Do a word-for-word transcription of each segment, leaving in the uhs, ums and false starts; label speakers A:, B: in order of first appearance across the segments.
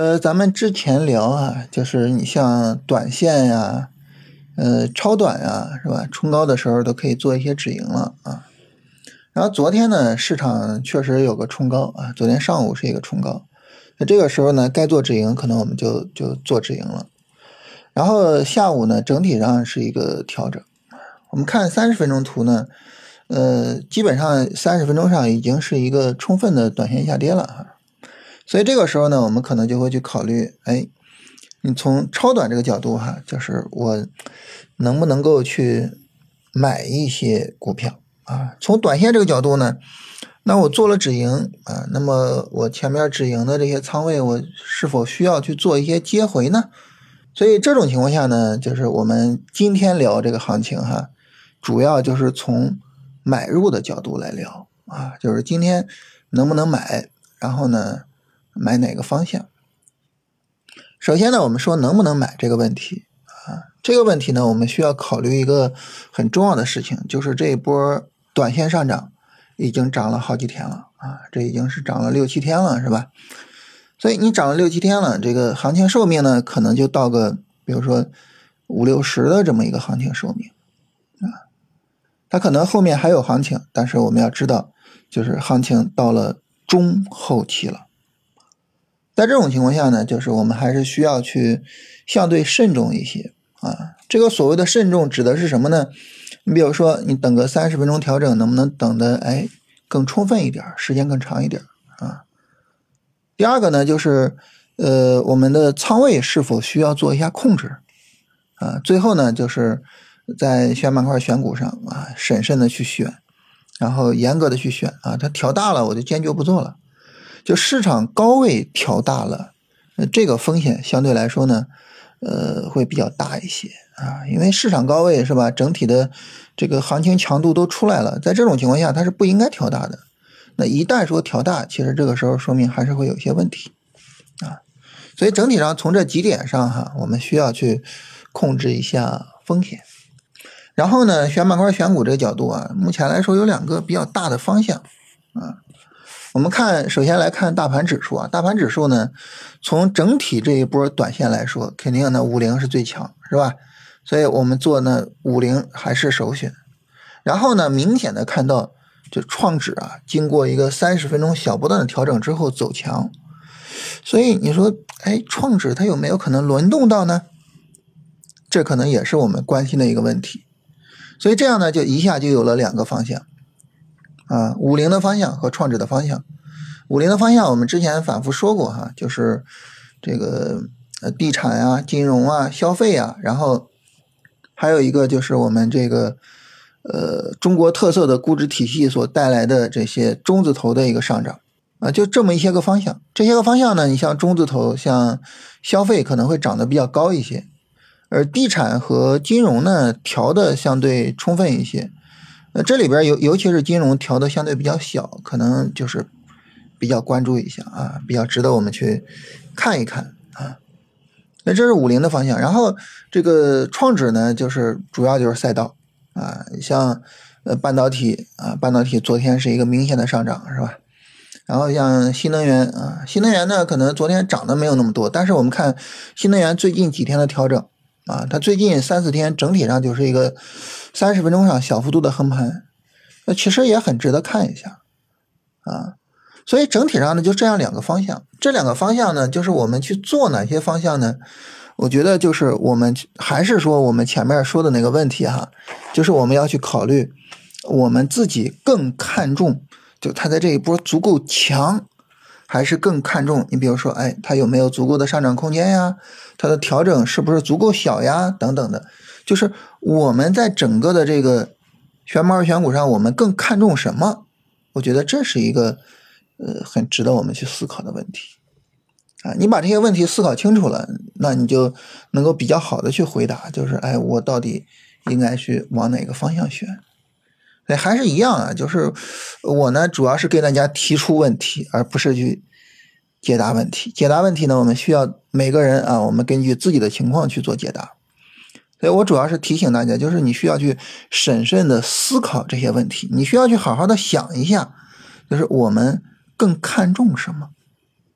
A: 呃，咱们之前聊啊，就是你像短线呀、呃，超短呀，是吧？冲高的时候都可以做一些止盈了啊。然后昨天呢，市场确实有个冲高啊，昨天上午是一个冲高，那这个时候呢，该做止盈，可能我们就就做止盈了。然后下午呢，整体上是一个调整。我们看三十分钟图呢，呃，基本上三十分钟上已经是一个充分的短线下跌了哈。所以这个时候呢，我们可能就会去考虑，哎，你从超短这个角度哈，就是我能不能够去买一些股票啊？从短线这个角度呢，那我做了止盈啊，那么我前面止盈的这些仓位，我是否需要去做一些接回呢？所以这种情况下呢，就是我们今天聊这个行情哈，主要就是从买入的角度来聊啊，就是今天能不能买，然后呢，买哪个方向。首先呢，我们说能不能买这个问题啊，这个问题呢，我们需要考虑一个很重要的事情，就是这一波短线上涨已经涨了好几天了啊，这已经是涨了六七天了，是吧？所以你涨了六七天了，这个行情寿命呢，可能就到个比如说五六十的这么一个行情寿命啊，它可能后面还有行情，但是我们要知道，就是行情到了中后期了。在这种情况下呢，就是我们还是需要去相对慎重一些啊。这个所谓的慎重指的是什么呢？你比如说，你等个三十分钟调整，能不能等的哎更充分一点，时间更长一点啊？第二个呢，就是呃我们的仓位是否需要做一下控制啊？最后呢，就是在选板块选股上啊，审慎的去选，然后严格的去选啊。它调大了，我就坚决不做了。就市场高位调大了，呃，这个风险相对来说呢，呃，会比较大一些啊，因为市场高位是吧，整体的这个行情强度都出来了，在这种情况下它是不应该调大的。那一旦说调大，其实这个时候说明还是会有一些问题啊，所以整体上从这几点上哈，我们需要去控制一下风险。然后呢，选板块选股这个角度啊，目前来说有两个比较大的方向啊。我们看，首先来看大盘指数啊，大盘指数呢，从整体这一波短线来说，肯定呢五零是最强，是吧？所以我们做呢五零还是首选。然后呢，明显的看到就创指啊，经过一个三十分钟小波段的调整之后走强，所以你说，哎，创指它有没有可能轮动到呢？这可能也是我们关心的一个问题。所以这样呢，就一下就有了两个方向。啊，五零的方向和创指的方向，五零的方向我们之前反复说过哈，就是这个呃地产啊、金融啊、消费啊，然后还有一个就是我们这个呃中国特色的估值体系所带来的这些中字头的一个上涨啊，就这么一些个方向。这些个方向呢，你像中字头、像消费可能会涨得比较高一些，而地产和金融呢调的相对充分一些。那这里边尤尤其是金融调的相对比较小，可能就是比较关注一下啊，比较值得我们去看一看啊。那这是五零的方向，然后这个创指呢，就是主要就是赛道啊，像呃半导体啊，半导体昨天是一个明显的上涨，是吧？然后像新能源啊，新能源呢可能昨天涨的没有那么多，但是我们看新能源最近几天的调整啊，它最近三四天整体上就是一个三十分钟上小幅度的横盘，那其实也很值得看一下啊。所以整体上呢就这样两个方向，这两个方向呢就是我们去做哪些方向呢？我觉得就是我们还是说我们前面说的那个问题哈，就是我们要去考虑我们自己更看重就它在这一波足够强，还是更看重你比如说哎它有没有足够的上涨空间呀，它的调整是不是足够小呀等等的，就是我们在整个的这个选板选股上我们更看重什么，我觉得这是一个呃很值得我们去思考的问题啊。你把这些问题思考清楚了，那你就能够比较好的去回答，就是哎我到底应该去往哪个方向选。所以还是一样啊，就是我呢主要是给大家提出问题，而不是去解答问题。解答问题呢，我们需要每个人啊，我们根据自己的情况去做解答。所以我主要是提醒大家，就是你需要去审慎的思考这些问题，你需要去好好的想一下，就是我们更看重什么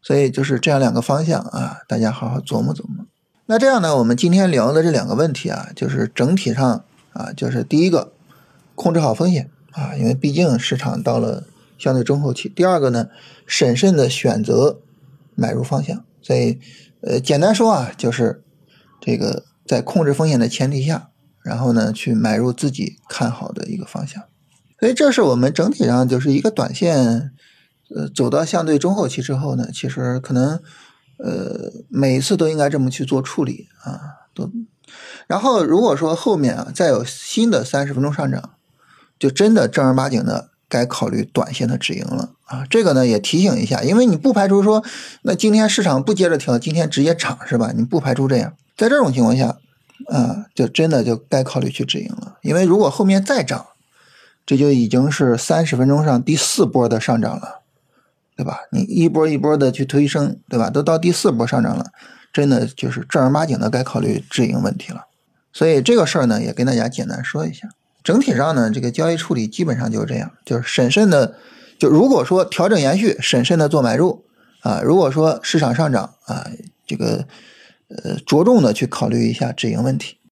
A: 所以就是这样两个方向啊，大家好好琢磨琢磨。那这样呢，我们今天聊的这两个问题啊，就是整体上啊，就是第一个控制好风险啊，因为毕竟市场到了相对中后期。第二个呢，审慎的选择买入方向。所以呃，简单说啊，就是这个在控制风险的前提下，然后呢去买入自己看好的一个方向。所以这是我们整体上就是一个短线呃走到相对中后期之后呢，其实可能呃每一次都应该这么去做处理啊，都。然后如果说后面啊再有新的三十分钟上涨，就真的正儿八经的该考虑短线的止盈了啊。这个呢也提醒一下，因为你不排除说那今天市场不接着调，今天直接涨是吧？你不排除这样，在这种情况下啊，就真的就该考虑去止盈了。因为如果后面再涨，这就已经是三十分钟上第四波的上涨了，对吧？你一波一波的去推升，对吧？都到第四波上涨了，真的就是正儿八经的该考虑止盈问题了。所以这个事儿呢，也跟大家简单说一下。整体上呢，这个交易处理基本上就是这样，就是审慎的，就如果说调整延续，审慎的做买入啊；如果说市场上涨啊，这个呃着重的去考虑一下止盈问题。